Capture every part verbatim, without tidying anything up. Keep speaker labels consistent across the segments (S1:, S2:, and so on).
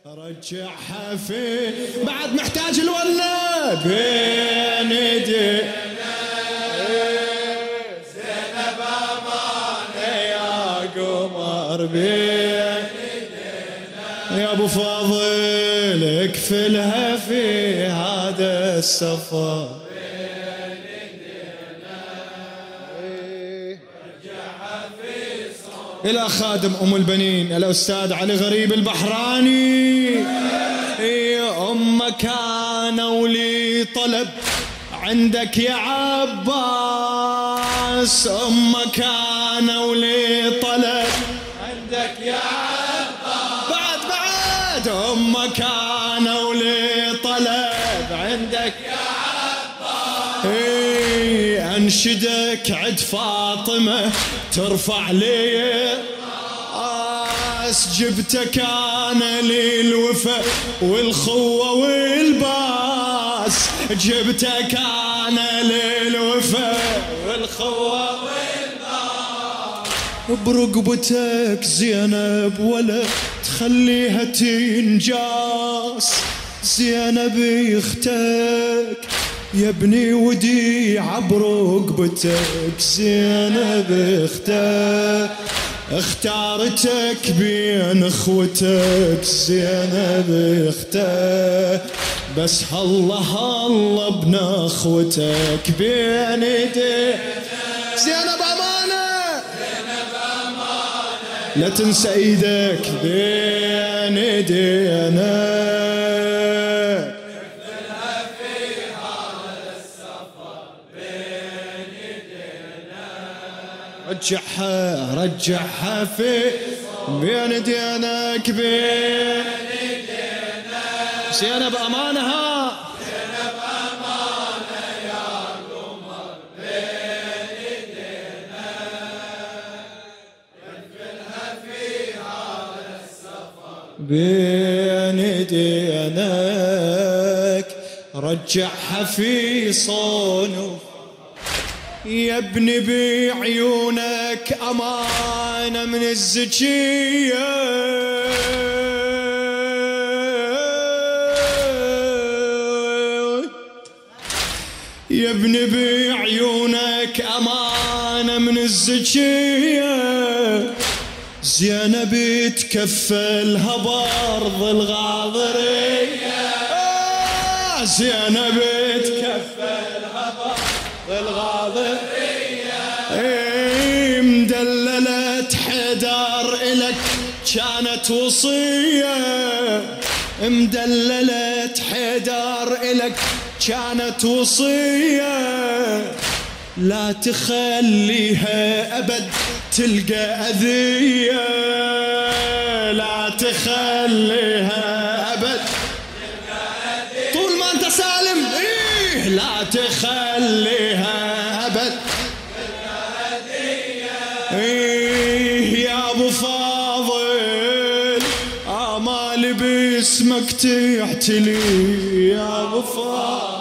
S1: رجعها في بعد محتاج الولة بين يدينا زينب أمانة يا قمر بين يدينا يا أبو فاضل اكفلها في هذا السفر بين يدينا رجعها في صوت إلى خادم أم البنين الأستاذ علي غريب البحراني. يا أم كان ولي طلب عندك يا عباس أم كان ولي طلب عندك يا عباس بعد بعد أم كان ولي طلب عندك يا عباس إيه أنشدك عد فاطمة ترفع لي جبتك أنا للوفا والخوة والباس جبتك أنا للوفا والخوة والباس برقبتك زينب ولا تخليها تنجاس زينب اختك يا ابني وديعة برقبتك زينب اختك اختارتك بين اخوتك زينب اختك بس الله الله ابن اخوتك بين يديك زينب امانه زينب امانه لا تنسى ايدك بين يدينا رجعها رجعها في بين دينك بين دينا زينب أمانها زينب أمانة يا قمر بين دينا يدفنها في هذا السفر بين دينك رجعها في صونك يا ابني بعيونك أمانة من الزكية يا ابني بعيونك أمانة من الزكية زينب تكفلها برض الغاضرية آه زينب تكفلها برض الغاضرية ايه مدللة حدار إلك كانت وصية مدللة حدار إلك كانت وصية لا تخليها أبد تلقى أذية لا تخليها أبد طول ما أنت سالم إيه لا تخليها أبد إيه يا أبو فاضل آمالي باسمك تحتلي يا أبو فاضل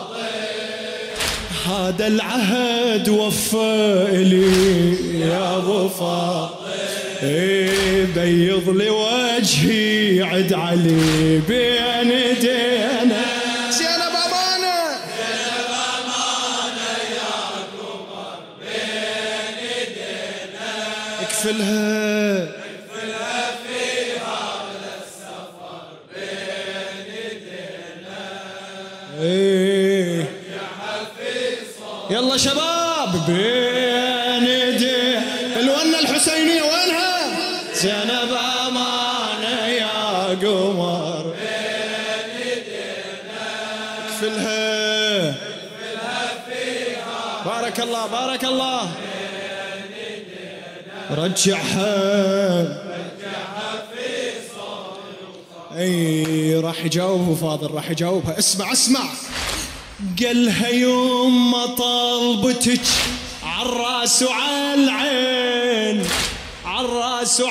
S1: هذا العهد وفى إلي يا أبو فاضل إيه بيض لي وجهي عد علي بين يدينا زينب أمانة زينب أمانة يا قمر بين يدينا اكفلها اكفلها في هذا السفر بين يدينا ايه رجعها في صوت يلا شباب بين يدينا الونة الحسينية وينها زينب أمانة يا قمر بين يدينا اكفلها اكفلها فيها بارك الله بارك الله بين يدينا رجعها رجعها في صوت اي راح يجاوب فاضل راح يجاوبها اسمع اسمع قالها يوم ما طلبتك عالراس وعالعين عالراس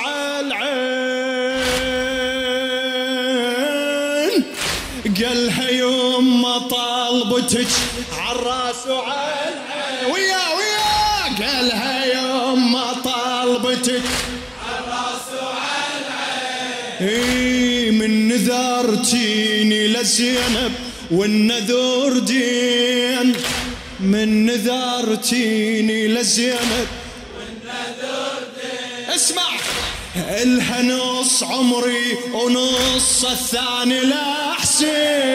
S1: وعالعين قالها يوم ما طلبتك عالراس وعالعين ويا ويا قالها يوم ما طلبتك عالراس وعالعين من نذرتيني لزينب والنذور دين، من نذرتيني لزينب والنذور دين. اسمع، الها نص عمري ونص الثاني لحسين،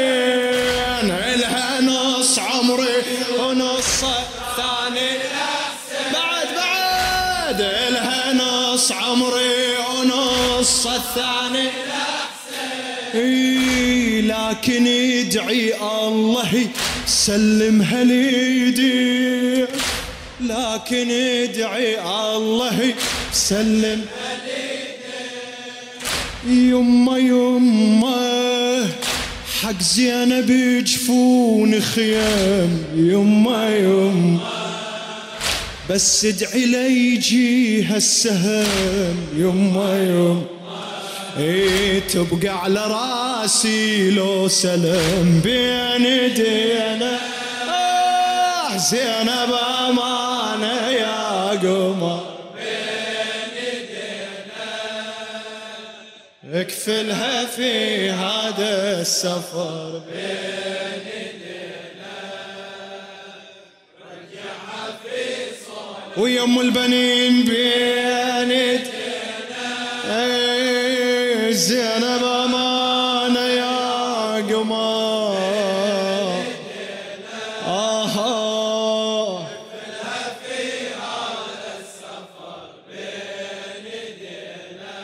S1: الها نص عمري ونص الثاني لحسين. بعد بعد الها نص عمري ونص الثاني لحسين. لكن ادعي الله سلمها ليدي، لكن ادعي الله سلمها ليدي. يما يما حق زينب جفون خيام، يما يما بس ادعي ليجيها السهم، يما يما ايه تبقى على راسي لو سلام بين ايدينا. آه زينب امانه يا قمر بين ايدينا، اكفلها في هذا السفر بين ايدينا، رجعها في صوت ويم البنين بين ايدينا. زينب أمانة يا قمر آه في هذا السفر بين ايدينا،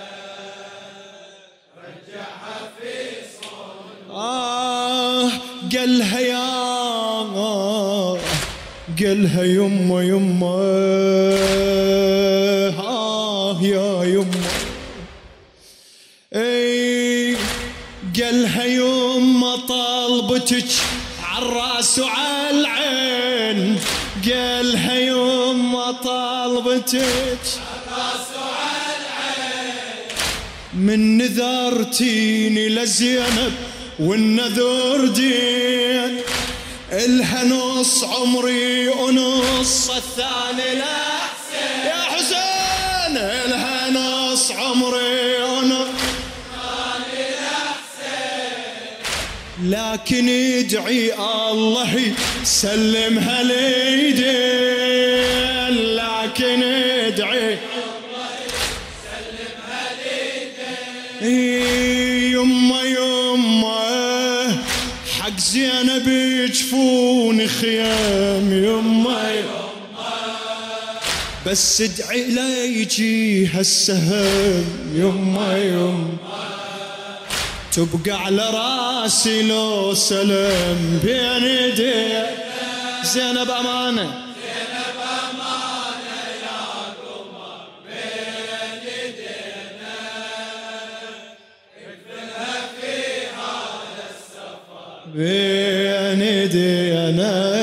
S1: رجعها في صون. آه قالها يا قالها يما يما آه يا يما. اي قالها يما طلبتك عالراس وعالعين، قالها يما طلبتك عالراس وعالعين، من نذرتيني لزينب والنذر دين، الها نص عمري ونص الثاني لحسين. يا حسين الها نص عمري ونص لكن ادعي الله سلمها ليدي، لكن ادعي الله سلمها ليدي. يما يما حق زينب جفون خيام، يما يما بس ادعي لا يجيها السهم، يما يما تبقى على راسي لو سلام بين ايدي. زينب امانه، زينب امانه يا قمر بين ايدينا، اكفلها في هذا السفر بين ايدينا.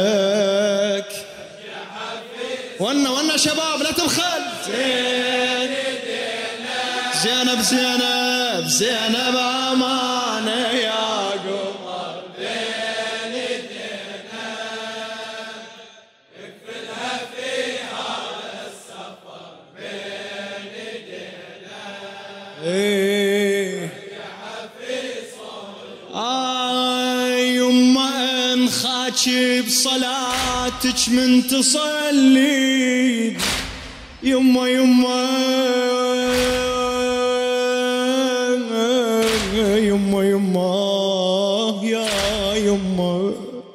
S1: ونا ونا شباب لا تبخل. زين زينب زينب زينب أمانة يا قمر بين ايدينا، اكفلها في هذا السفر بين ايدينا. ايه في صوت آه يما انخاكي بصلاتك من تصلي، يما يما يما يما يا يما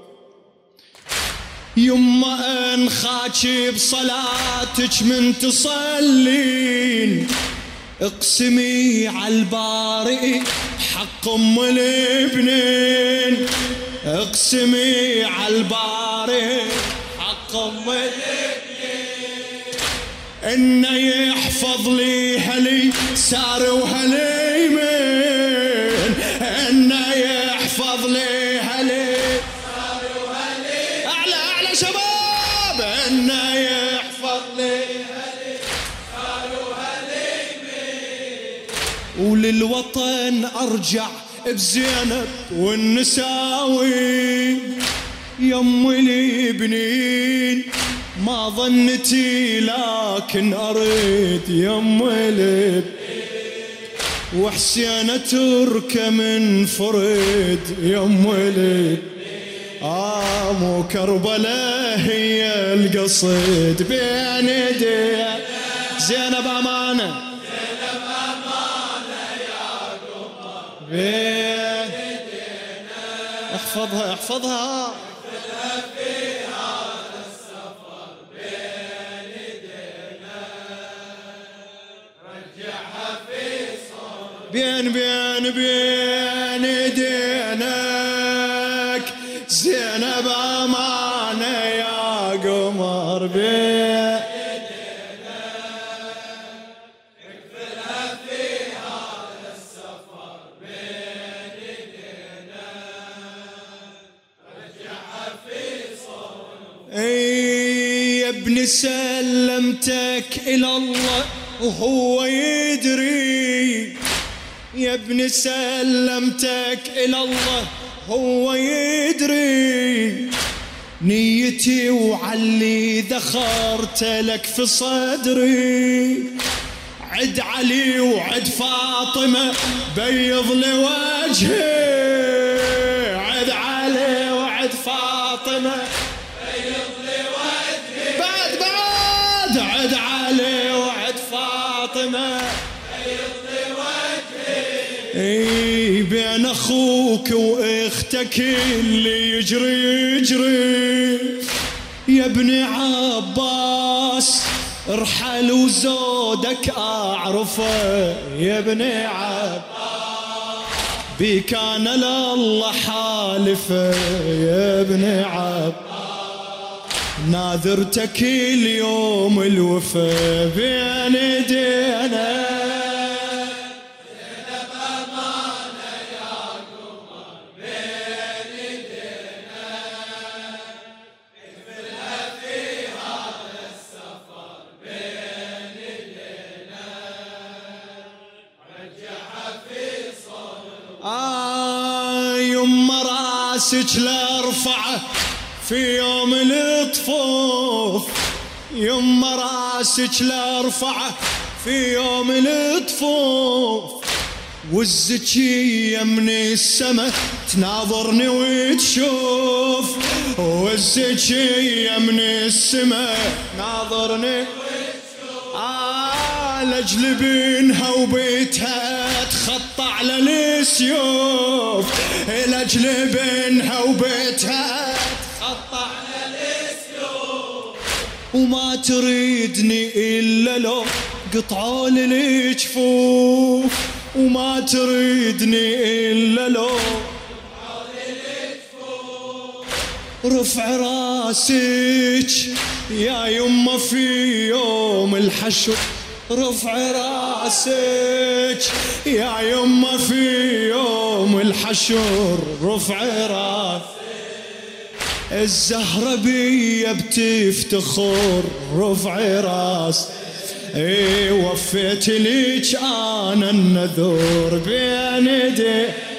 S1: يما انخاكي بصلاتك من تصلين، اقسمي عالبارئ حق ام الابنين، اقسمي عالبارئ حق ام الابنين، انه يحفظ لي هلي سار وهلي من، انه يحفظ لي هلي سار وهلي. اعلى اعلى شباب، انه يحفظ لي هلي سار وهلي من، وللوطن ارجع بزينب والنساوي، يم البنين ما ظنتي لكن اريد، يم البنين وحسين تركه من فرد يم ولي آه مو كربلاء هي القصد بين يدي زينب أمانة
S2: زينب أمانة يا قمر
S1: بين يدينا احفظها احفظها
S2: احفظها في هذا السفر بين يدينا رجعها في صوت
S1: بين بين بين يدينك زينب أمانة يا قمر بين
S2: يدينا اقفلها في هذا السفر بين يدينا رجعها في صوت
S1: اي يا ابني سلمتك إلى الله وهو يدري يا ابني سلمتك إلى الله هو يدري نيتي وعلي ذخرت لك في صدري عد علي وعد فاطمة بيض لوجهي عد علي وعد فاطمة
S2: بيض لوجهي
S1: بعد بعد عد علي وعد فاطمة اي بين اخوك واختك اللي يجري يجري يا ابن عباس ارحل وزودك اعرفه يا ابن عباس بيك انا لله حالفه يا ابن عباس ناذرتك اليوم الوفا بين يدينا آه يما راسك لارفعه في يوم الطفوف يما راسك لارفعه في يوم الطفوف والزكية من السما تناظرني وتشوف والزكية من السما تناظرني آه لأجل بينها وبيتها تخطى على السيوف لأجل بينها وبيتها تخطى على السيوف وما تريدني إلا لو قطعوا لي الجفوف وما تريدني إلا لو قطعوا لي الجفوف رفع راسك يا يما في يوم الحشر رفع راسك يا يما في يوم الحشر رفع راسك الزهرة بيا بتفتخر رفع راس اي وفيت ليك انا النذور بين يدي